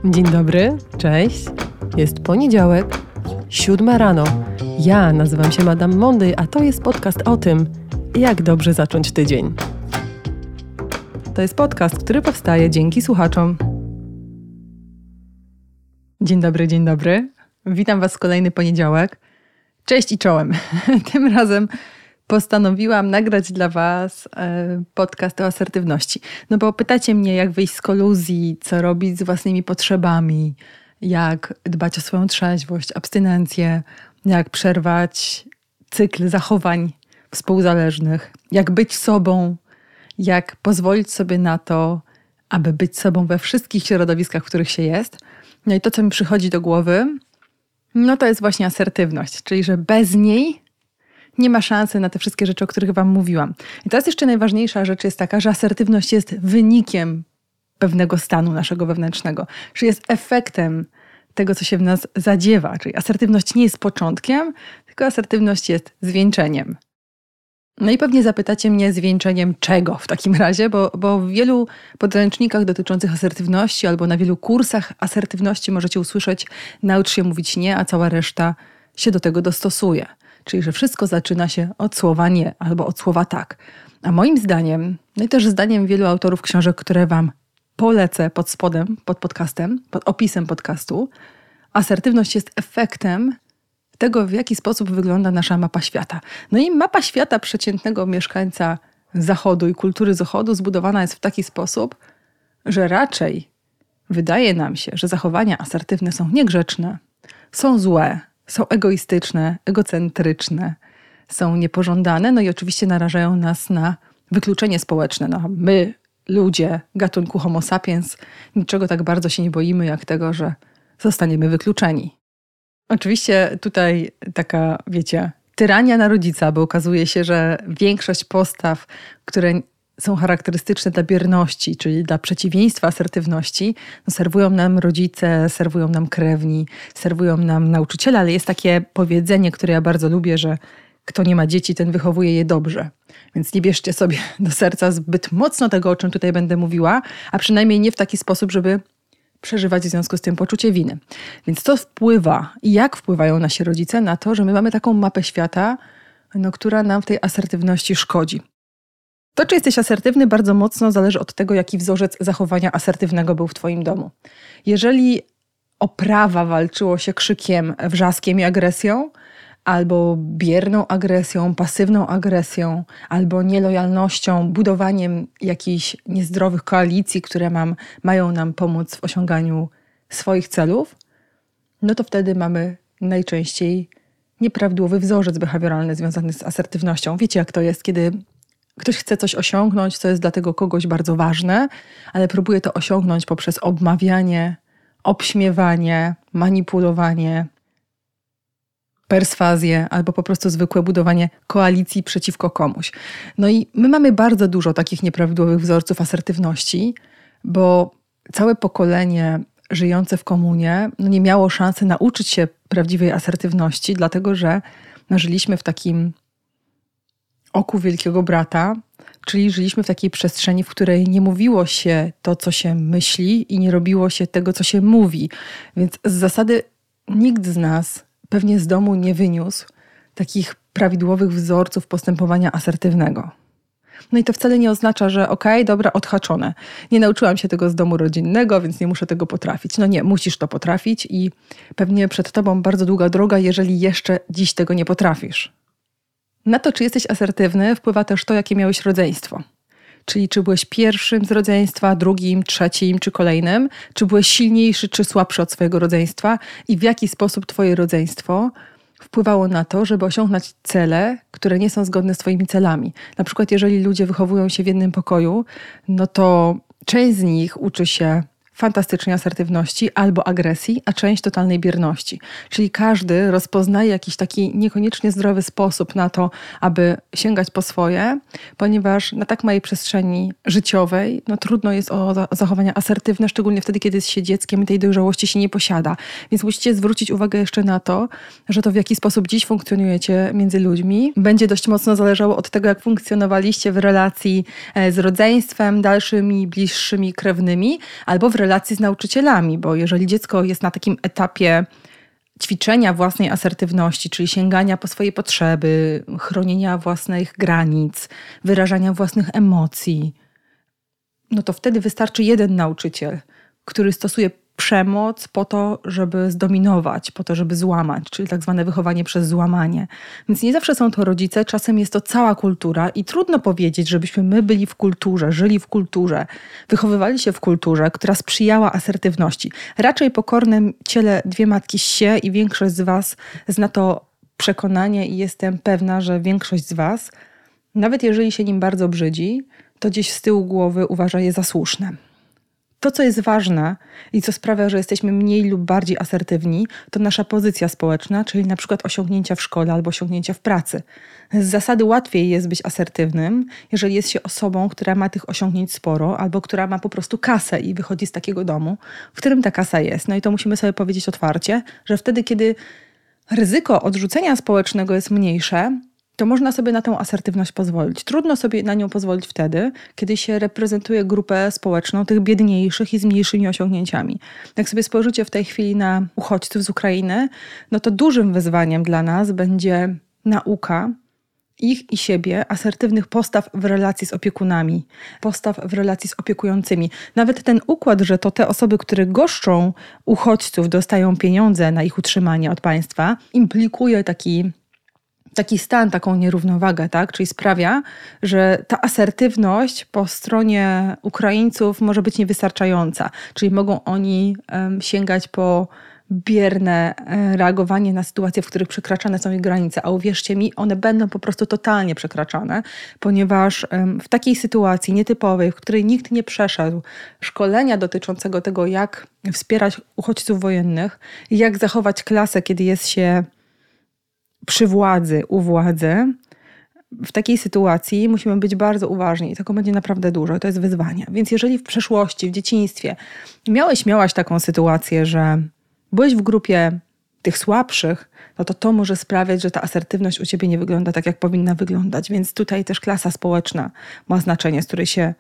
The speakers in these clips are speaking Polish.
Dzień dobry, cześć. Jest poniedziałek, 7 rano. Ja nazywam się Madame Monday, a to jest podcast o tym, jak dobrze zacząć tydzień. To jest podcast, który powstaje dzięki słuchaczom. Dzień dobry. Witam Was w kolejny poniedziałek. Cześć i czołem. Tym razem postanowiłam nagrać dla Was podcast o asertywności. No bo pytacie mnie, jak wyjść z koluzji, co robić z własnymi potrzebami, jak dbać o swoją trzeźwość, abstynencję, jak przerwać cykl zachowań współzależnych, jak być sobą, jak pozwolić sobie na to, aby być sobą we wszystkich środowiskach, w których się jest. No i to, co mi przychodzi do głowy, no to jest właśnie asertywność, czyli że bez niej nie ma szansy na te wszystkie rzeczy, o których Wam mówiłam. I teraz jeszcze najważniejsza rzecz jest taka, że asertywność jest wynikiem pewnego stanu naszego wewnętrznego, czyli jest efektem tego, co się w nas zadziewa. Czyli asertywność nie jest początkiem, tylko asertywność jest zwieńczeniem. No i pewnie zapytacie mnie, zwieńczeniem czego w takim razie, bo w wielu podręcznikach dotyczących asertywności albo na wielu kursach asertywności możecie usłyszeć: naucz się mówić nie, a cała reszta się do tego dostosuje. Czyli że wszystko zaczyna się od słowa nie albo od słowa tak. A moim zdaniem, no i też zdaniem wielu autorów książek, które Wam polecę pod spodem, pod podcastem, pod opisem podcastu, asertywność jest efektem tego, w jaki sposób wygląda nasza mapa świata. No i mapa świata przeciętnego mieszkańca Zachodu i kultury Zachodu zbudowana jest w taki sposób, że raczej wydaje nam się, że zachowania asertywne są niegrzeczne, są złe, są egoistyczne, egocentryczne, są niepożądane, no i oczywiście narażają nas na wykluczenie społeczne. No, my, ludzie gatunku Homo sapiens, niczego tak bardzo się nie boimy, jak tego, że zostaniemy wykluczeni. Oczywiście tutaj taka, wiecie, tyrania na rodzica, bo okazuje się, że większość postaw, które są charakterystyczne dla bierności, czyli dla przeciwieństwa asertywności, no serwują nam rodzice, serwują nam krewni, serwują nam nauczyciele, ale jest takie powiedzenie, które ja bardzo lubię, że kto nie ma dzieci, ten wychowuje je dobrze. Więc nie bierzcie sobie do serca zbyt mocno tego, o czym tutaj będę mówiła, a przynajmniej nie w taki sposób, żeby przeżywać w związku z tym poczucie winy. Więc co wpływa i jak wpływają nasi rodzice na to, że my mamy taką mapę świata, która nam w tej asertywności szkodzi. To, czy jesteś asertywny, bardzo mocno zależy od tego, jaki wzorzec zachowania asertywnego był w Twoim domu. Jeżeli o prawa walczyło się krzykiem, wrzaskiem i agresją, albo bierną agresją, pasywną agresją, albo nielojalnością, budowaniem jakichś niezdrowych koalicji, które mają nam pomóc w osiąganiu swoich celów, no to wtedy mamy najczęściej nieprawidłowy wzorzec behawioralny związany z asertywnością. Wiecie, jak to jest, kiedy ktoś chce coś osiągnąć, co jest dla tego kogoś bardzo ważne, ale próbuje to osiągnąć poprzez obmawianie, obśmiewanie, manipulowanie, perswazję albo po prostu zwykłe budowanie koalicji przeciwko komuś. No i my mamy bardzo dużo takich nieprawidłowych wzorców asertywności, bo całe pokolenie żyjące w komunie nie miało szansy nauczyć się prawdziwej asertywności, dlatego że żyliśmy w takim oku wielkiego brata, czyli żyliśmy w takiej przestrzeni, w której nie mówiło się to, co się myśli i nie robiło się tego, co się mówi. Więc z zasady nikt z nas pewnie z domu nie wyniósł takich prawidłowych wzorców postępowania asertywnego. No i to wcale nie oznacza, że okej, dobra, odhaczone. Nie nauczyłam się tego z domu rodzinnego, więc nie muszę tego potrafić. No nie, musisz to potrafić i pewnie przed Tobą bardzo długa droga, jeżeli jeszcze dziś tego nie potrafisz. Na to, czy jesteś asertywny, wpływa też to, jakie miałeś rodzeństwo. Czyli czy byłeś pierwszym z rodzeństwa, drugim, trzecim czy kolejnym, czy byłeś silniejszy czy słabszy od swojego rodzeństwa i w jaki sposób Twoje rodzeństwo wpływało na to, żeby osiągnąć cele, które nie są zgodne z Twoimi celami. Na przykład jeżeli ludzie wychowują się w jednym pokoju, no to część z nich uczy się fantastycznie asertywności albo agresji, a część totalnej bierności. Czyli każdy rozpoznaje jakiś taki niekoniecznie zdrowy sposób na to, aby sięgać po swoje, ponieważ na tak małej przestrzeni życiowej trudno jest o zachowania asertywne, szczególnie wtedy, kiedy jest się dzieckiem i tej dojrzałości się nie posiada. Więc musicie zwrócić uwagę jeszcze na to, że to w jaki sposób dziś funkcjonujecie między ludźmi będzie dość mocno zależało od tego, jak funkcjonowaliście w relacji z rodzeństwem, dalszymi, bliższymi, krewnymi, albo w relacji relacji z nauczycielami, bo jeżeli dziecko jest na takim etapie ćwiczenia własnej asertywności, czyli sięgania po swoje potrzeby, chronienia własnych granic, wyrażania własnych emocji, no to wtedy wystarczy jeden nauczyciel, który stosuje przemoc po to, żeby zdominować, po to, żeby złamać, czyli tak zwane wychowanie przez złamanie. Więc nie zawsze są to rodzice, czasem jest to cała kultura i trudno powiedzieć, żebyśmy my byli w kulturze, żyli w kulturze, wychowywali się w kulturze, która sprzyjała asertywności. Raczej pokorne ciele dwie matki ssie i większość z was zna to przekonanie i jestem pewna, że większość z was, nawet jeżeli się nim bardzo brzydzi, to gdzieś z tyłu głowy uważa je za słuszne. To, co jest ważne i co sprawia, że jesteśmy mniej lub bardziej asertywni, to nasza pozycja społeczna, czyli na przykład osiągnięcia w szkole albo osiągnięcia w pracy. Z zasady łatwiej jest być asertywnym, jeżeli jest się osobą, która ma tych osiągnięć sporo albo która ma po prostu kasę i wychodzi z takiego domu, w którym ta kasa jest. No i to musimy sobie powiedzieć otwarcie, że wtedy, kiedy ryzyko odrzucenia społecznego jest mniejsze, to można sobie na tę asertywność pozwolić. Trudno sobie na nią pozwolić wtedy, kiedy się reprezentuje grupę społeczną tych biedniejszych i z mniejszymi osiągnięciami. Jak sobie spojrzycie w tej chwili na uchodźców z Ukrainy, no to dużym wyzwaniem dla nas będzie nauka ich i siebie asertywnych postaw w relacji z opiekunami, postaw w relacji z opiekującymi. Nawet ten układ, że to te osoby, które goszczą uchodźców, dostają pieniądze na ich utrzymanie od państwa, implikuje taki stan, taką nierównowagę, tak? Czyli sprawia, że ta asertywność po stronie Ukraińców może być niewystarczająca. Czyli mogą oni sięgać po bierne reagowanie na sytuacje, w których przekraczane są ich granice. A uwierzcie mi, one będą po prostu totalnie przekraczane, ponieważ w takiej sytuacji nietypowej, w której nikt nie przeszedł szkolenia dotyczącego tego, jak wspierać uchodźców wojennych i jak zachować klasę, kiedy jest się przy władzy, u władzy, w takiej sytuacji musimy być bardzo uważni i tego będzie naprawdę dużo i to jest wyzwanie. Więc jeżeli w przeszłości, w dzieciństwie miałaś taką sytuację, że byłeś w grupie tych słabszych, no to może sprawiać, że ta asertywność u ciebie nie wygląda tak, jak powinna wyglądać. Więc tutaj też klasa społeczna ma znaczenie, z której się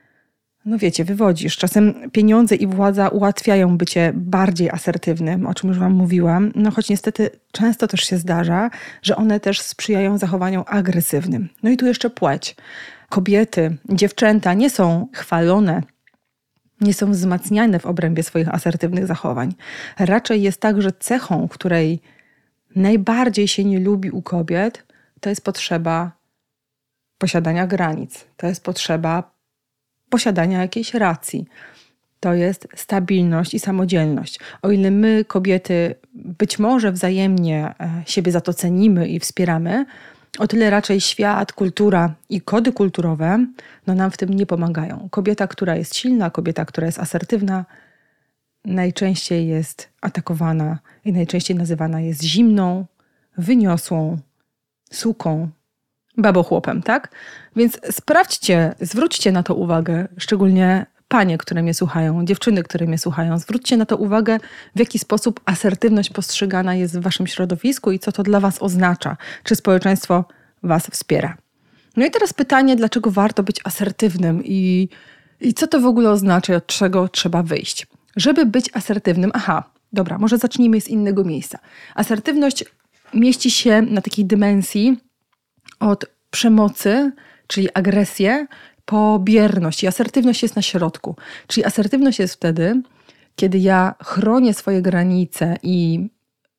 wywodzisz. Czasem pieniądze i władza ułatwiają bycie bardziej asertywnym, o czym już wam mówiłam, choć niestety często też się zdarza, że one też sprzyjają zachowaniom agresywnym. No i tu jeszcze płeć. Kobiety, dziewczęta nie są chwalone, nie są wzmacniane w obrębie swoich asertywnych zachowań. Raczej jest tak, że cechą, której najbardziej się nie lubi u kobiet, to jest potrzeba posiadania granic. To jest potrzeba posiadania jakiejś racji. To jest stabilność i samodzielność. O ile my, kobiety, być może wzajemnie siebie za to cenimy i wspieramy, o tyle raczej świat, kultura i kody kulturowe nam w tym nie pomagają. Kobieta, która jest silna, kobieta, która jest asertywna, najczęściej jest atakowana i najczęściej nazywana jest zimną, wyniosłą, suką, babochłopem, tak? Więc sprawdźcie, zwróćcie na to uwagę, szczególnie panie, które mnie słuchają, dziewczyny, które mnie słuchają, zwróćcie na to uwagę, w jaki sposób asertywność postrzegana jest w waszym środowisku i co to dla was oznacza, czy społeczeństwo was wspiera. No i teraz pytanie, dlaczego warto być asertywnym i co to w ogóle oznacza i od czego trzeba wyjść. Żeby być asertywnym, może zacznijmy z innego miejsca. Asertywność mieści się na takiej dymensji od przemocy, czyli agresję, po bierność. I asertywność jest na środku. Czyli asertywność jest wtedy, kiedy ja chronię swoje granice i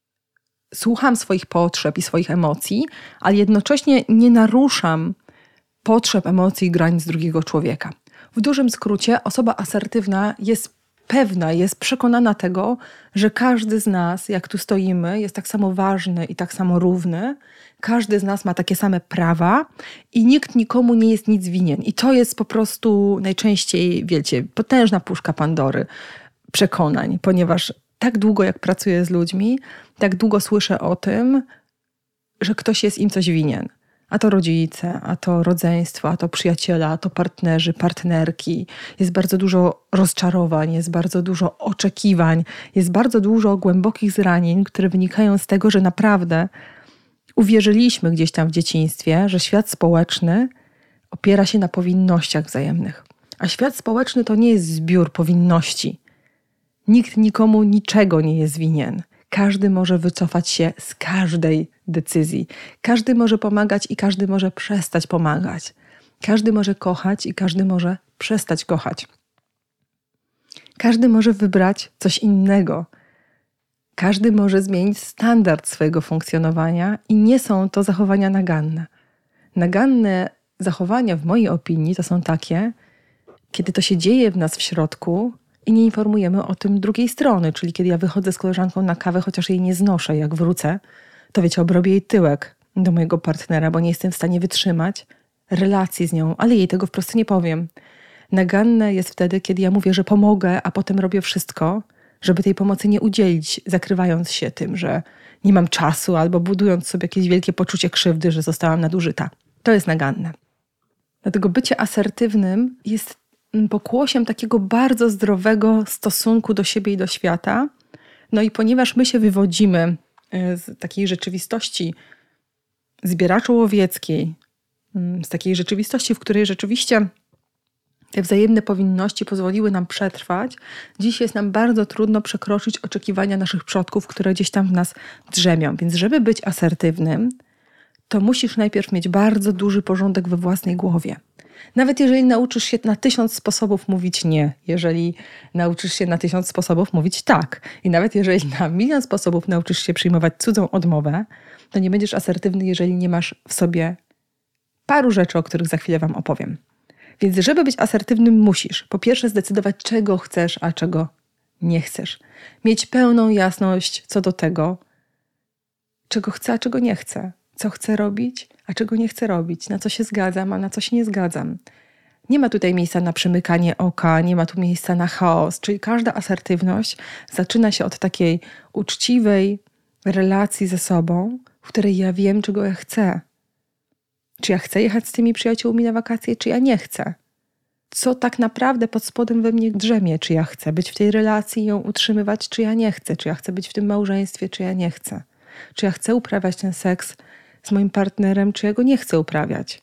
słucham swoich potrzeb i swoich emocji, ale jednocześnie nie naruszam potrzeb, emocji i granic drugiego człowieka. W dużym skrócie osoba asertywna jest pewna, jest przekonana tego, że każdy z nas, jak tu stoimy, jest tak samo ważny i tak samo równy. Każdy z nas ma takie same prawa i nikt nikomu nie jest nic winien. I to jest po prostu najczęściej, potężna puszka Pandory przekonań, ponieważ tak długo jak pracuję z ludźmi, tak długo słyszę o tym, że ktoś jest im coś winien. A to rodzice, a to rodzeństwo, a to przyjaciele, a to partnerzy, partnerki. Jest bardzo dużo rozczarowań, jest bardzo dużo oczekiwań, jest bardzo dużo głębokich zranień, które wynikają z tego, że naprawdę uwierzyliśmy gdzieś tam w dzieciństwie, że świat społeczny opiera się na powinnościach wzajemnych. A świat społeczny to nie jest zbiór powinności. Nikt nikomu niczego nie jest winien. Każdy może wycofać się z każdej decyzji. Każdy może pomagać i każdy może przestać pomagać. Każdy może kochać i każdy może przestać kochać. Każdy może wybrać coś innego. Każdy może zmienić standard swojego funkcjonowania i nie są to zachowania naganne. Naganne zachowania w mojej opinii to są takie, kiedy to się dzieje w nas w środku i nie informujemy o tym drugiej strony, czyli kiedy ja wychodzę z koleżanką na kawę, chociaż jej nie znoszę, jak wrócę, to wiecie, obrobię jej tyłek do mojego partnera, bo nie jestem w stanie wytrzymać relacji z nią, ale jej tego wprost nie powiem. Naganne jest wtedy, kiedy ja mówię, że pomogę, a potem robię wszystko, żeby tej pomocy nie udzielić, zakrywając się tym, że nie mam czasu albo budując sobie jakieś wielkie poczucie krzywdy, że zostałam nadużyta. To jest naganne. Dlatego bycie asertywnym jest pokłosiem takiego bardzo zdrowego stosunku do siebie i do świata. No i ponieważ my się wywodzimy z takiej rzeczywistości zbieraczo-łowieckiej, z takiej rzeczywistości, w której rzeczywiście te wzajemne powinności pozwoliły nam przetrwać, dziś jest nam bardzo trudno przekroczyć oczekiwania naszych przodków, które gdzieś tam w nas drzemią. Więc żeby być asertywnym, to musisz najpierw mieć bardzo duży porządek we własnej głowie. Nawet jeżeli nauczysz się na 1000 sposobów mówić nie, jeżeli nauczysz się na 1000 sposobów mówić tak i nawet jeżeli na 1 000 000 sposobów nauczysz się przyjmować cudzą odmowę, to nie będziesz asertywny, jeżeli nie masz w sobie paru rzeczy, o których za chwilę wam opowiem. Więc żeby być asertywnym, musisz po pierwsze zdecydować, czego chcesz, a czego nie chcesz. Mieć pełną jasność co do tego, czego chcę, a czego nie chcę. Co chcę robić, a czego nie chcę robić. Na co się zgadzam, a na co się nie zgadzam. Nie ma tutaj miejsca na przymykanie oka, nie ma tu miejsca na chaos. Czyli każda asertywność zaczyna się od takiej uczciwej relacji ze sobą, w której ja wiem, czego ja chcę. Czy ja chcę jechać z tymi przyjaciółmi na wakacje, czy ja nie chcę? Co tak naprawdę pod spodem we mnie drzemie? Czy ja chcę być w tej relacji i ją utrzymywać, czy ja nie chcę? Czy ja chcę być w tym małżeństwie, czy ja nie chcę? Czy ja chcę uprawiać ten seks z moim partnerem, czy ja go nie chcę uprawiać?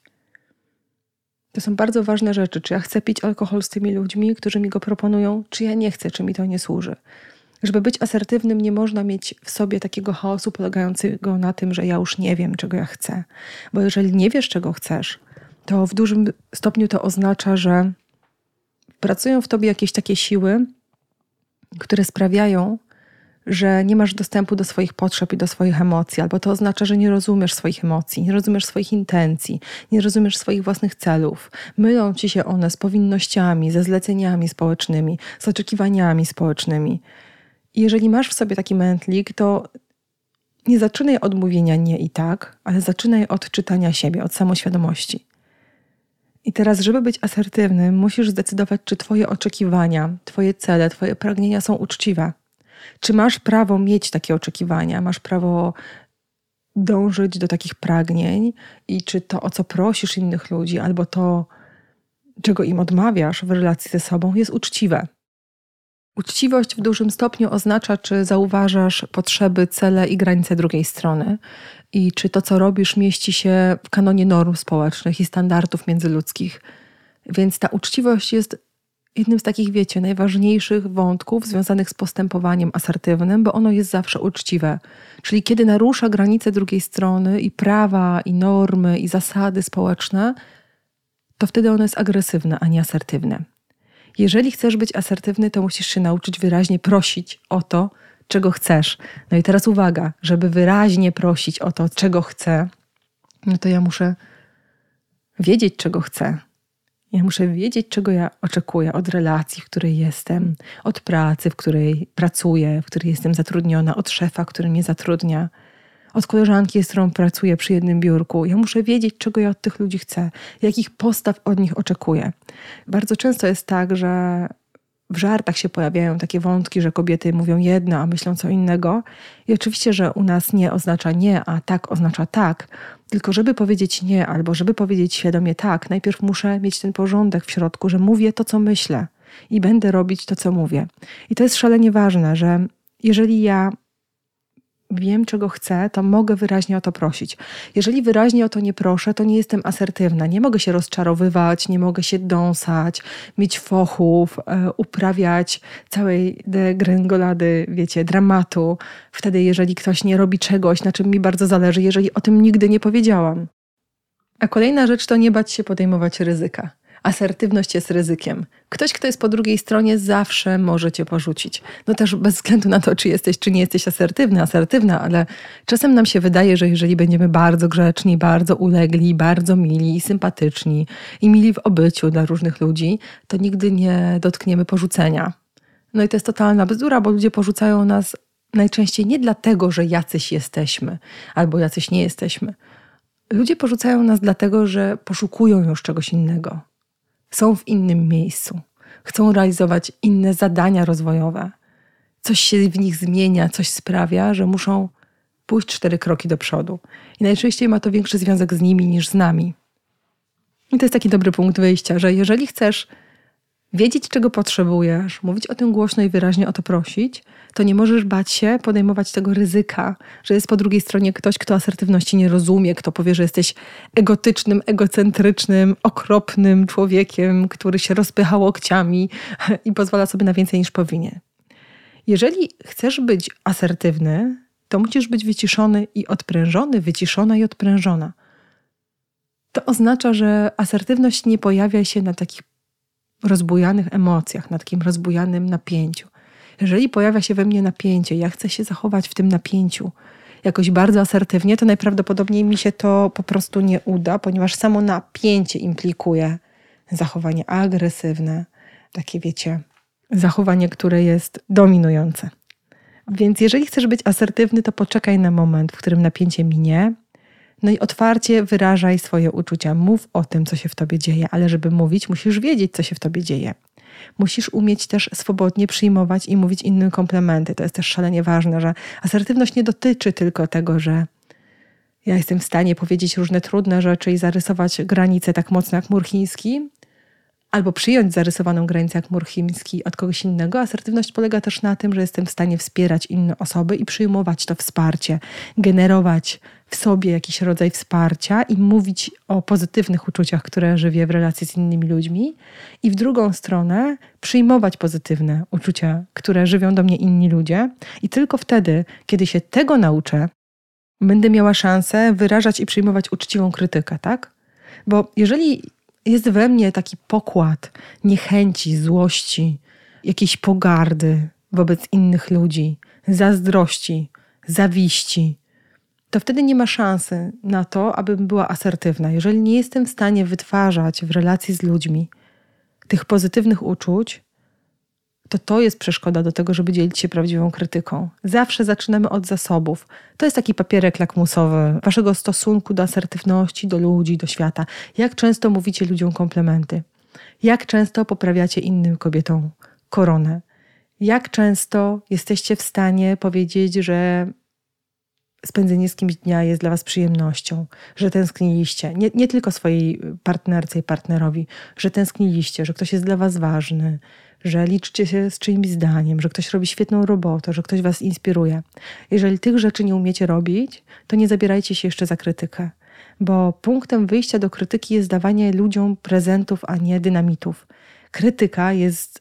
To są bardzo ważne rzeczy. Czy ja chcę pić alkohol z tymi ludźmi, którzy mi go proponują, czy ja nie chcę, czy mi to nie służy? Żeby być asertywnym, nie można mieć w sobie takiego chaosu polegającego na tym, że ja już nie wiem, czego ja chcę. Bo jeżeli nie wiesz, czego chcesz, to w dużym stopniu to oznacza, że pracują w tobie jakieś takie siły, które sprawiają, że nie masz dostępu do swoich potrzeb i do swoich emocji, albo to oznacza, że nie rozumiesz swoich emocji, nie rozumiesz swoich intencji, nie rozumiesz swoich własnych celów. Mylą ci się one z powinnościami, ze zleceniami społecznymi, z oczekiwaniami społecznymi. I jeżeli masz w sobie taki mętlik, to nie zaczynaj od mówienia nie i tak, ale zaczynaj od czytania siebie, od samoświadomości. I teraz, żeby być asertywnym, musisz zdecydować, czy twoje oczekiwania, twoje cele, twoje pragnienia są uczciwe. Czy masz prawo mieć takie oczekiwania, masz prawo dążyć do takich pragnień i czy to, o co prosisz innych ludzi, albo to, czego im odmawiasz w relacji ze sobą, jest uczciwe. Uczciwość w dużym stopniu oznacza, czy zauważasz potrzeby, cele i granice drugiej strony i czy to, co robisz, mieści się w kanonie norm społecznych i standardów międzyludzkich. Więc ta uczciwość jest jednym z takich, wiecie, najważniejszych wątków związanych z postępowaniem asertywnym, bo ono jest zawsze uczciwe. Czyli kiedy narusza granice drugiej strony i prawa, i normy, i zasady społeczne, to wtedy ono jest agresywne, a nie asertywne. Jeżeli chcesz być asertywny, to musisz się nauczyć wyraźnie prosić o to, czego chcesz. No i teraz uwaga, żeby wyraźnie prosić o to, czego chcę, no to ja muszę wiedzieć, czego chcę. Ja muszę wiedzieć, czego ja oczekuję od relacji, w której jestem, od pracy, w której pracuję, w której jestem zatrudniona, od szefa, który mnie zatrudnia, od koleżanki, z którą pracuję przy jednym biurku. Ja muszę wiedzieć, czego ja od tych ludzi chcę, jakich postaw od nich oczekuję. Bardzo często jest tak, że w żartach się pojawiają takie wątki, że kobiety mówią jedno, a myślą co innego. I oczywiście, że u nas nie oznacza nie, a tak oznacza tak. Tylko żeby powiedzieć nie, albo żeby powiedzieć świadomie tak, najpierw muszę mieć ten porządek w środku, że mówię to, co myślę i będę robić to, co mówię. I to jest szalenie ważne, że jeżeli ja wiem, czego chcę, to mogę wyraźnie o to prosić. Jeżeli wyraźnie o to nie proszę, to nie jestem asertywna. Nie mogę się rozczarowywać, nie mogę się dąsać, mieć fochów, uprawiać całej degrengolady, dramatu. Wtedy, jeżeli ktoś nie robi czegoś, na czym mi bardzo zależy, jeżeli o tym nigdy nie powiedziałam. A kolejna rzecz to nie bać się podejmować ryzyka. Asertywność jest ryzykiem. Ktoś, kto jest po drugiej stronie, zawsze może cię porzucić. No też bez względu na to, czy jesteś, czy nie jesteś asertywna, ale czasem nam się wydaje, że jeżeli będziemy bardzo grzeczni, bardzo ulegli, bardzo mili i sympatyczni i mili w obyciu dla różnych ludzi, to nigdy nie dotkniemy porzucenia. No i to jest totalna bzdura, bo ludzie porzucają nas najczęściej nie dlatego, że jacyś jesteśmy albo jacyś nie jesteśmy. Ludzie porzucają nas dlatego, że poszukują już czegoś innego. Są w innym miejscu. Chcą realizować inne zadania rozwojowe. Coś się w nich zmienia, coś sprawia, że muszą pójść 4 kroki do przodu. I najczęściej ma to większy związek z nimi niż z nami. I to jest taki dobry punkt wyjścia, że jeżeli chcesz wiedzieć, czego potrzebujesz, mówić o tym głośno i wyraźnie o to prosić, to nie możesz bać się podejmować tego ryzyka, że jest po drugiej stronie ktoś, kto asertywności nie rozumie, kto powie, że jesteś egotycznym, egocentrycznym, okropnym człowiekiem, który się rozpycha łokciami i pozwala sobie na więcej niż powinien. Jeżeli chcesz być asertywny, to musisz być wyciszony i odprężony, wyciszona i odprężona. To oznacza, że asertywność nie pojawia się na takich rozbujanych emocjach, na takim rozbujanym napięciu. Jeżeli pojawia się we mnie napięcie, ja chcę się zachować w tym napięciu jakoś bardzo asertywnie, to najprawdopodobniej mi się to po prostu nie uda, ponieważ samo napięcie implikuje zachowanie agresywne, takie zachowanie, które jest dominujące. Więc jeżeli chcesz być asertywny, to poczekaj na moment, w którym napięcie minie. No i otwarcie wyrażaj swoje uczucia. Mów o tym, co się w tobie dzieje, ale żeby mówić, musisz wiedzieć, co się w tobie dzieje. Musisz umieć też swobodnie przyjmować i mówić innym komplementy. To jest też szalenie ważne, że asertywność nie dotyczy tylko tego, że ja jestem w stanie powiedzieć różne trudne rzeczy i zarysować granice tak mocno jak mur chiński, albo przyjąć zarysowaną granicę jak mur chiński od kogoś innego. Asertywność polega też na tym, że jestem w stanie wspierać inne osoby i przyjmować to wsparcie, generować w sobie jakiś rodzaj wsparcia i mówić o pozytywnych uczuciach, które żywię w relacji z innymi ludźmi. I w drugą stronę przyjmować pozytywne uczucia, które żywią do mnie inni ludzie. I tylko wtedy, kiedy się tego nauczę, będę miała szansę wyrażać i przyjmować uczciwą krytykę, tak? Bo jeżeli jest we mnie taki pokład niechęci, złości, jakiejś pogardy wobec innych ludzi, zazdrości, zawiści, to wtedy nie ma szansy na to, abym była asertywna. Jeżeli nie jestem w stanie wytwarzać w relacji z ludźmi tych pozytywnych uczuć, to jest przeszkoda do tego, żeby dzielić się prawdziwą krytyką. Zawsze zaczynamy od zasobów. To jest taki papierek lakmusowy waszego stosunku do asertywności, do ludzi, do świata. Jak często mówicie ludziom komplementy? Jak często poprawiacie innym kobietom koronę? Jak często jesteście w stanie powiedzieć, że spędzenie z kimś dnia jest dla was przyjemnością, że tęskniliście, nie tylko swojej partnerce i partnerowi, że tęskniliście, że ktoś jest dla was ważny, że liczycie się z czyimś zdaniem, że ktoś robi świetną robotę, że ktoś was inspiruje. Jeżeli tych rzeczy nie umiecie robić, to nie zabierajcie się jeszcze za krytykę, bo punktem wyjścia do krytyki jest dawanie ludziom prezentów, a nie dynamitów. Krytyka jest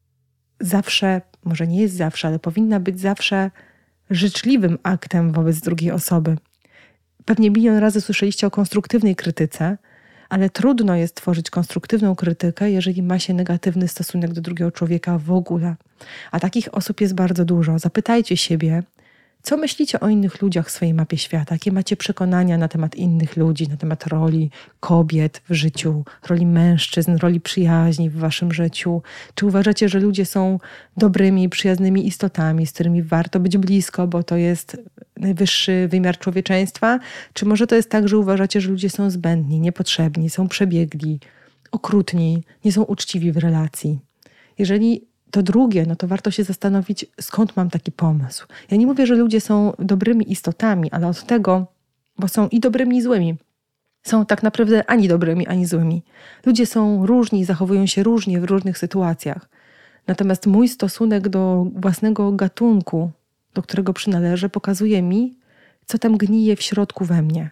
zawsze, może nie jest zawsze, ale powinna być zawsze życzliwym aktem wobec drugiej osoby. Pewnie 1 000 000 razy słyszeliście o konstruktywnej krytyce, ale trudno jest tworzyć konstruktywną krytykę, jeżeli ma się negatywny stosunek do drugiego człowieka w ogóle. A takich osób jest bardzo dużo. Zapytajcie siebie, co myślicie o innych ludziach w swojej mapie świata? Jakie macie przekonania na temat innych ludzi, na temat roli kobiet w życiu, roli mężczyzn, roli przyjaźni w waszym życiu? Czy uważacie, że ludzie są dobrymi, przyjaznymi istotami, z którymi warto być blisko, bo to jest najwyższy wymiar człowieczeństwa? Czy może to jest tak, że uważacie, że ludzie są zbędni, niepotrzebni, są przebiegli, okrutni, nie są uczciwi w relacji? Jeżeli to drugie, no to warto się zastanowić, skąd mam taki pomysł. Ja nie mówię, że ludzie są dobrymi istotami, ale od tego, bo są i dobrymi, i złymi. Są tak naprawdę ani dobrymi, ani złymi. Ludzie są różni, zachowują się różnie w różnych sytuacjach. Natomiast mój stosunek do własnego gatunku do którego przynależę, pokazuje mi, co tam gnije w środku we mnie.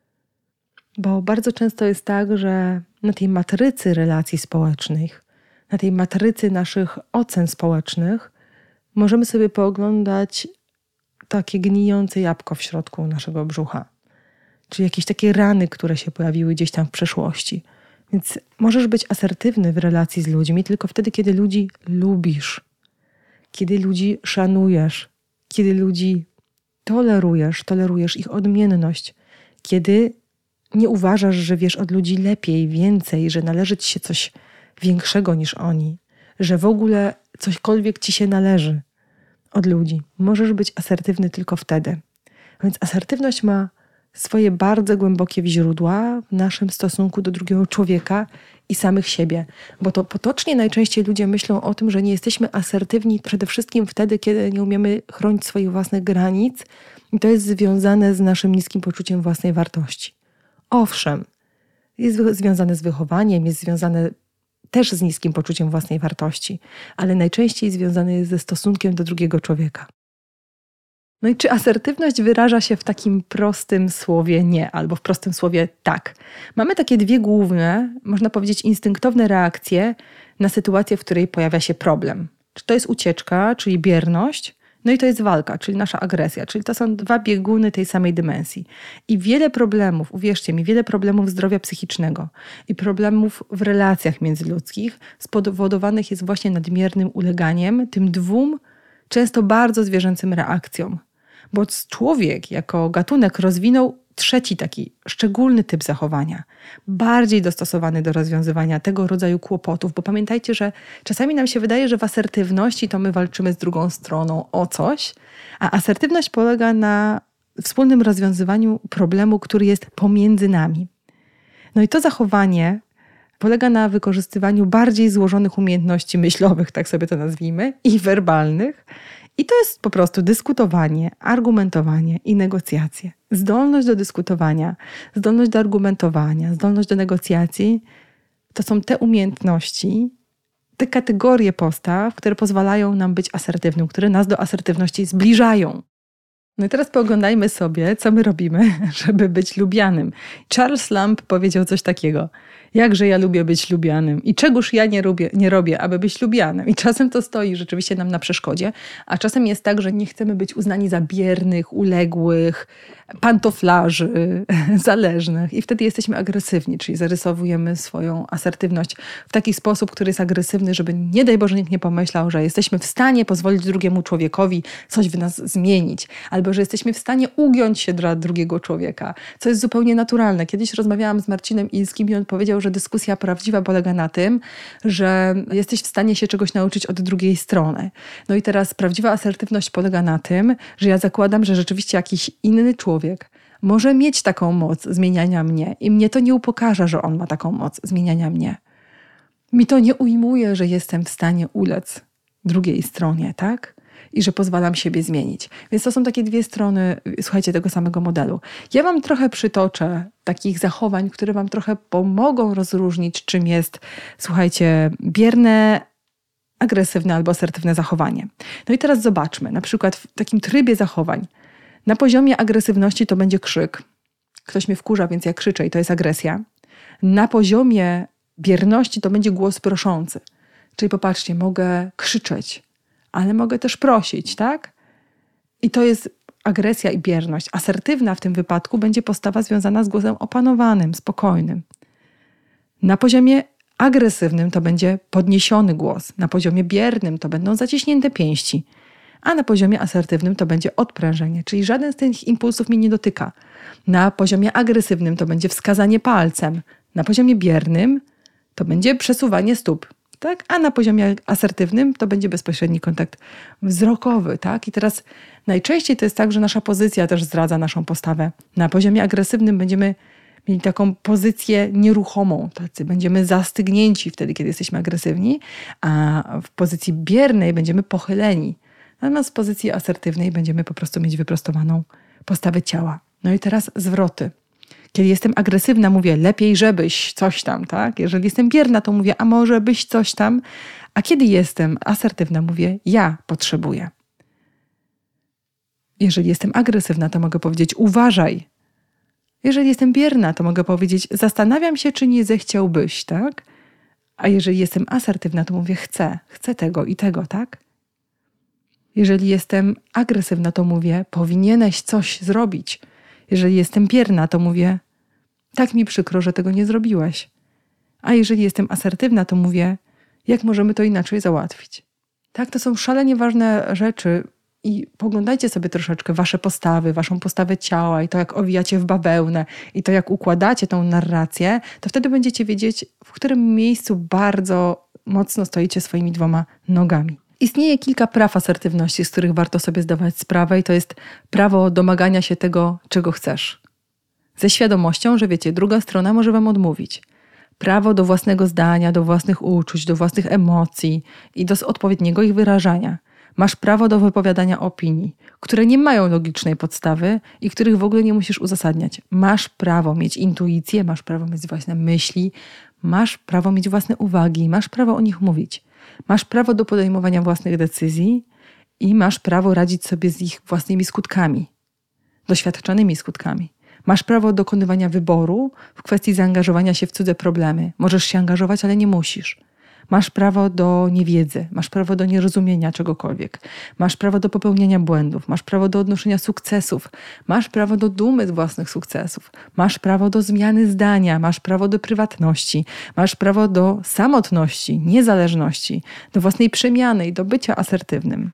Bo bardzo często jest tak, że na tej matrycy relacji społecznych, na tej matrycy naszych ocen społecznych możemy sobie pooglądać takie gnijące jabłko w środku naszego brzucha. Czyli jakieś takie rany, które się pojawiły gdzieś tam w przeszłości. Więc możesz być asertywny w relacji z ludźmi tylko wtedy, kiedy ludzi lubisz, kiedy ludzi szanujesz, kiedy ludzi tolerujesz ich odmienność, kiedy nie uważasz, że wiesz od ludzi lepiej, więcej, że należy ci się coś większego niż oni, że w ogóle cośkolwiek ci się należy od ludzi. Możesz być asertywny tylko wtedy. Więc asertywność ma swoje bardzo głębokie źródła w naszym stosunku do drugiego człowieka i samych siebie. Bo to potocznie najczęściej ludzie myślą o tym, że nie jesteśmy asertywni przede wszystkim wtedy, kiedy nie umiemy chronić swoich własnych granic. I to jest związane z naszym niskim poczuciem własnej wartości. Owszem, jest związane z wychowaniem, jest związane też z niskim poczuciem własnej wartości, ale najczęściej związane jest ze stosunkiem do drugiego człowieka. No i czy asertywność wyraża się w takim prostym słowie nie, albo w prostym słowie tak? Mamy takie dwie główne, można powiedzieć, instynktowne reakcje na sytuację, w której pojawia się problem. Czy to jest ucieczka, czyli bierność, no i to jest walka, czyli nasza agresja, czyli to są dwa bieguny tej samej dymensji. I wiele problemów, uwierzcie mi, wiele problemów zdrowia psychicznego i problemów w relacjach międzyludzkich spowodowanych jest właśnie nadmiernym uleganiem tym dwóm, często bardzo zwierzęcym reakcjom. Bo człowiek jako gatunek rozwinął trzeci taki szczególny typ zachowania, bardziej dostosowany do rozwiązywania tego rodzaju kłopotów, bo pamiętajcie, że czasami nam się wydaje, że w asertywności to my walczymy z drugą stroną o coś, a asertywność polega na wspólnym rozwiązywaniu problemu, który jest pomiędzy nami. No i to zachowanie polega na wykorzystywaniu bardziej złożonych umiejętności myślowych, tak sobie to nazwijmy, i werbalnych. I to jest po prostu dyskutowanie, argumentowanie i negocjacje. Zdolność do dyskutowania, zdolność do argumentowania, zdolność do negocjacji to są te umiejętności, te kategorie postaw, które pozwalają nam być asertywnym, które nas do asertywności zbliżają. No i teraz pooglądajmy sobie, co my robimy, żeby być lubianym. Charles Lamb powiedział coś takiego: jakże ja lubię być lubianym i czegoż ja nie robię, aby być lubianym. I czasem to stoi rzeczywiście nam na przeszkodzie, a czasem jest tak, że nie chcemy być uznani za biernych, uległych, pantoflarzy, zależnych i wtedy jesteśmy agresywni, czyli zarysowujemy swoją asertywność w taki sposób, który jest agresywny, żeby nie daj Boże nikt nie pomyślał, że jesteśmy w stanie pozwolić drugiemu człowiekowi coś w nas zmienić, albo że jesteśmy w stanie ugiąć się dla drugiego człowieka, co jest zupełnie naturalne. Kiedyś rozmawiałam z Marcinem Ilskim i on powiedział, że dyskusja prawdziwa polega na tym, że jesteś w stanie się czegoś nauczyć od drugiej strony. No i teraz prawdziwa asertywność polega na tym, że ja zakładam, że rzeczywiście jakiś inny człowiek może mieć taką moc zmieniania mnie i mnie to nie upokarza, że on ma taką moc zmieniania mnie. Mi to nie ujmuje, że jestem w stanie ulec drugiej stronie, tak? I że pozwalam siebie zmienić. Więc to są takie dwie strony, słuchajcie, tego samego modelu. Ja wam trochę przytoczę takich zachowań, które wam trochę pomogą rozróżnić, czym jest, słuchajcie, bierne, agresywne albo asertywne zachowanie. No i teraz zobaczmy, na przykład w takim trybie zachowań. Na poziomie agresywności to będzie krzyk. Ktoś mnie wkurza, więc ja krzyczę i to jest agresja. Na poziomie bierności to będzie głos proszący. Czyli popatrzcie, mogę krzyczeć, ale mogę też prosić, tak? I to jest agresja i bierność. Asertywna w tym wypadku będzie postawa związana z głosem opanowanym, spokojnym. Na poziomie agresywnym to będzie podniesiony głos. Na poziomie biernym to będą zaciśnięte pięści. A na poziomie asertywnym to będzie odprężenie, czyli żaden z tych impulsów mnie nie dotyka. Na poziomie agresywnym to będzie wskazanie palcem. Na poziomie biernym to będzie przesuwanie stóp. Tak? A na poziomie asertywnym to będzie bezpośredni kontakt wzrokowy. Tak? I teraz najczęściej to jest tak, że nasza pozycja też zdradza naszą postawę. Na poziomie agresywnym będziemy mieli taką pozycję nieruchomą. Tacy będziemy zastygnięci wtedy, kiedy jesteśmy agresywni, a w pozycji biernej będziemy pochyleni. Natomiast w pozycji asertywnej będziemy po prostu mieć wyprostowaną postawę ciała. No i teraz zwroty. Kiedy jestem agresywna, mówię lepiej, żebyś coś tam, tak? Jeżeli jestem bierna, to mówię, a może byś coś tam. A kiedy jestem asertywna, mówię, ja potrzebuję. Jeżeli jestem agresywna, to mogę powiedzieć uważaj. Jeżeli jestem bierna, to mogę powiedzieć zastanawiam się, czy nie zechciałbyś, tak? A jeżeli jestem asertywna, to mówię chcę tego i tego, tak? Jeżeli jestem agresywna, to mówię powinieneś coś zrobić. Jeżeli jestem bierna, to mówię tak mi przykro, że tego nie zrobiłeś. A jeżeli jestem asertywna, to mówię jak możemy to inaczej załatwić. Tak, to są szalenie ważne rzeczy i poglądajcie sobie troszeczkę wasze postawy, waszą postawę ciała i to, jak owijacie w bawełnę i to, jak układacie tą narrację, to wtedy będziecie wiedzieć, w którym miejscu bardzo mocno stoicie swoimi 2 nogami. Istnieje kilka praw asertywności, z których warto sobie zdawać sprawę i to jest prawo domagania się tego, czego chcesz. Ze świadomością, że wiecie, druga strona może wam odmówić. Prawo do własnego zdania, do własnych uczuć, do własnych emocji i do odpowiedniego ich wyrażania. Masz prawo do wypowiadania opinii, które nie mają logicznej podstawy i których w ogóle nie musisz uzasadniać. Masz prawo mieć intuicję, masz prawo mieć własne myśli, masz prawo mieć własne uwagi, masz prawo o nich mówić. Masz prawo do podejmowania własnych decyzji i masz prawo radzić sobie z ich własnymi skutkami, doświadczonymi skutkami. Masz prawo dokonywania wyboru w kwestii zaangażowania się w cudze problemy. Możesz się angażować, ale nie musisz. Masz prawo do niewiedzy, masz prawo do nierozumienia czegokolwiek. Masz prawo do popełniania błędów, masz prawo do odnoszenia sukcesów, masz prawo do dumy z własnych sukcesów, masz prawo do zmiany zdania, masz prawo do prywatności, masz prawo do samotności, niezależności, do własnej przemiany i do bycia asertywnym.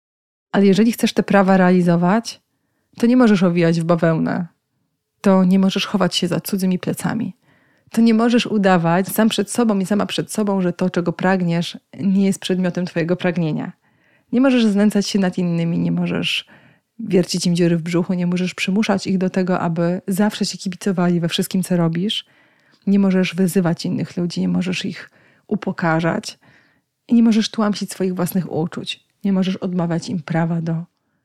Ale jeżeli chcesz te prawa realizować, to nie możesz owijać w bawełnę. To nie możesz chować się za cudzymi plecami. To nie możesz udawać sam przed sobą i sama przed sobą, że to, czego pragniesz, nie jest przedmiotem twojego pragnienia. Nie możesz znęcać się nad innymi, nie możesz wiercić im dziury w brzuchu, nie możesz przymuszać ich do tego, aby zawsze ci kibicowali we wszystkim, co robisz. Nie możesz wyzywać innych ludzi, nie możesz ich upokarzać i nie możesz tłamsić swoich własnych uczuć. Nie możesz odmawiać im prawa do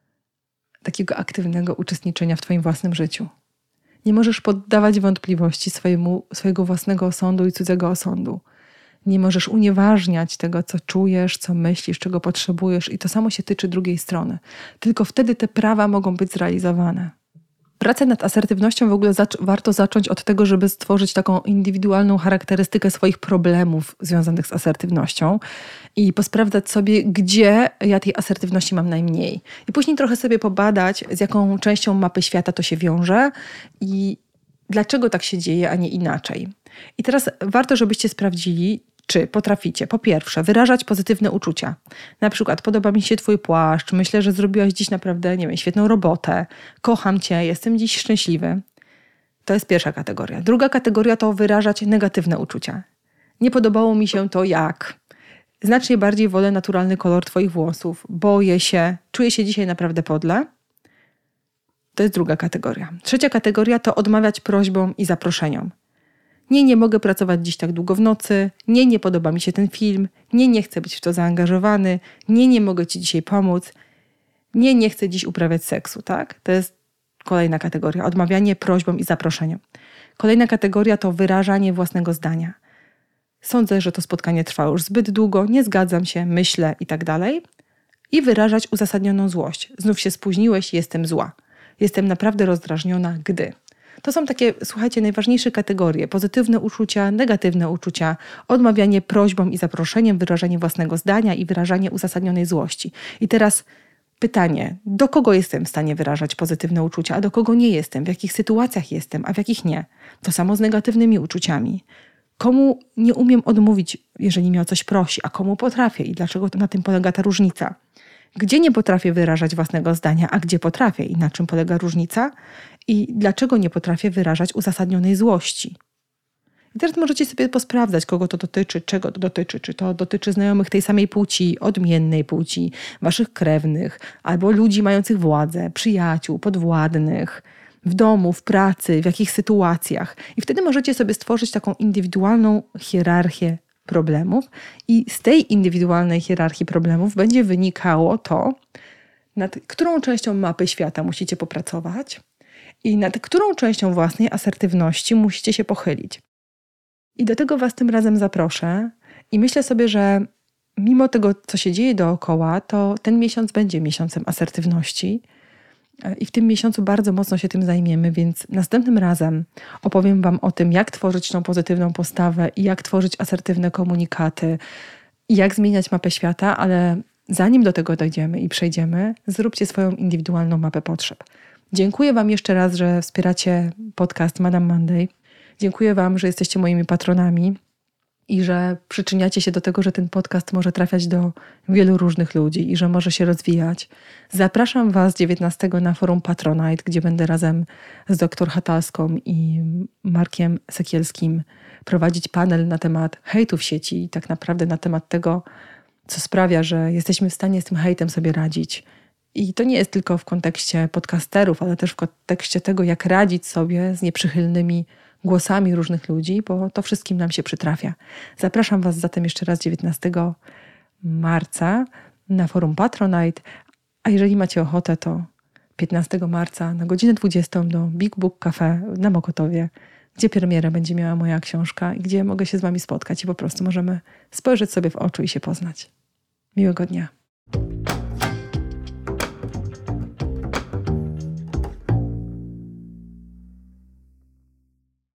takiego aktywnego uczestniczenia w twoim własnym życiu. Nie możesz poddawać wątpliwości swojego własnego osądu i cudzego osądu. Nie możesz unieważniać tego, co czujesz, co myślisz, czego potrzebujesz i to samo się tyczy drugiej strony. Tylko wtedy te prawa mogą być zrealizowane. Pracę nad asertywnością w ogóle warto zacząć od tego, żeby stworzyć taką indywidualną charakterystykę swoich problemów związanych z asertywnością i posprawdzać sobie, gdzie ja tej asertywności mam najmniej. I później trochę sobie pobadać, z jaką częścią mapy świata to się wiąże i dlaczego tak się dzieje, a nie inaczej. I teraz warto, żebyście sprawdzili, czy potraficie, po pierwsze, wyrażać pozytywne uczucia. Na przykład, podoba mi się twój płaszcz, myślę, że zrobiłaś dziś naprawdę, nie wiem, świetną robotę, kocham cię, jestem dziś szczęśliwy. To jest pierwsza kategoria. Druga kategoria to wyrażać negatywne uczucia. Nie podobało mi się to jak. Znacznie bardziej wolę naturalny kolor twoich włosów, boję się, czuję się dzisiaj naprawdę podle. To jest druga kategoria. Trzecia kategoria to odmawiać prośbom i zaproszeniom. Nie mogę pracować dziś tak długo w nocy, nie podoba mi się ten film, nie chcę być w to zaangażowany, nie mogę ci dzisiaj pomóc, nie chcę dziś uprawiać seksu, tak? To jest kolejna kategoria, odmawianie prośbom i zaproszeniom. Kolejna kategoria to wyrażanie własnego zdania. Sądzę, że to spotkanie trwa już zbyt długo, nie zgadzam się, myślę i tak dalej. I wyrażać uzasadnioną złość. Znów się spóźniłeś, jestem zła. Jestem naprawdę rozdrażniona, gdy... To są takie, słuchajcie, najważniejsze kategorie. Pozytywne uczucia, negatywne uczucia, odmawianie prośbom i zaproszeniem, wyrażanie własnego zdania i wyrażanie uzasadnionej złości. I teraz pytanie, do kogo jestem w stanie wyrażać pozytywne uczucia, a do kogo nie jestem, w jakich sytuacjach jestem, a w jakich nie. To samo z negatywnymi uczuciami. Komu nie umiem odmówić, jeżeli mnie o coś prosi, a komu potrafię i dlaczego na tym polega ta różnica. Gdzie nie potrafię wyrażać własnego zdania, a gdzie potrafię i na czym polega różnica i dlaczego nie potrafię wyrażać uzasadnionej złości. I teraz możecie sobie posprawdzać, kogo to dotyczy, czego to dotyczy. Czy to dotyczy znajomych tej samej płci, odmiennej płci, waszych krewnych, albo ludzi mających władzę, przyjaciół, podwładnych, w domu, w pracy, w jakich sytuacjach. I wtedy możecie sobie stworzyć taką indywidualną hierarchię problemów i z tej indywidualnej hierarchii problemów będzie wynikało to, nad którą częścią mapy świata musicie popracować i nad którą częścią własnej asertywności musicie się pochylić. I do tego was tym razem zaproszę i myślę sobie, że mimo tego, co się dzieje dookoła, to ten miesiąc będzie miesiącem asertywności I w tym miesiącu bardzo mocno się tym zajmiemy, więc następnym razem opowiem Wam o tym, jak tworzyć tą pozytywną postawę i jak tworzyć asertywne komunikaty i jak zmieniać mapę świata, ale zanim do tego dojdziemy i przejdziemy, zróbcie swoją indywidualną mapę potrzeb. Dziękuję Wam jeszcze raz, że wspieracie podcast Madame Monday. Dziękuję Wam, że jesteście moimi patronami i że przyczyniacie się do tego, że ten podcast może trafiać do wielu różnych ludzi i że może się rozwijać. Zapraszam Was 19 na forum Patronite, gdzie będę razem z dr Hatalską i Markiem Sekielskim prowadzić panel na temat hejtu w sieci i tak naprawdę na temat tego, co sprawia, że jesteśmy w stanie z tym hejtem sobie radzić. I to nie jest tylko w kontekście podcasterów, ale też w kontekście tego, jak radzić sobie z nieprzychylnymi głosami różnych ludzi, bo to wszystkim nam się przytrafia. Zapraszam Was zatem jeszcze raz 19 marca na forum Patronite, a jeżeli macie ochotę, to 15 marca na godzinę 20 do Big Book Cafe na Mokotowie, gdzie premierę będzie miała moja książka i gdzie mogę się z Wami spotkać i po prostu możemy spojrzeć sobie w oczy i się poznać. Miłego dnia.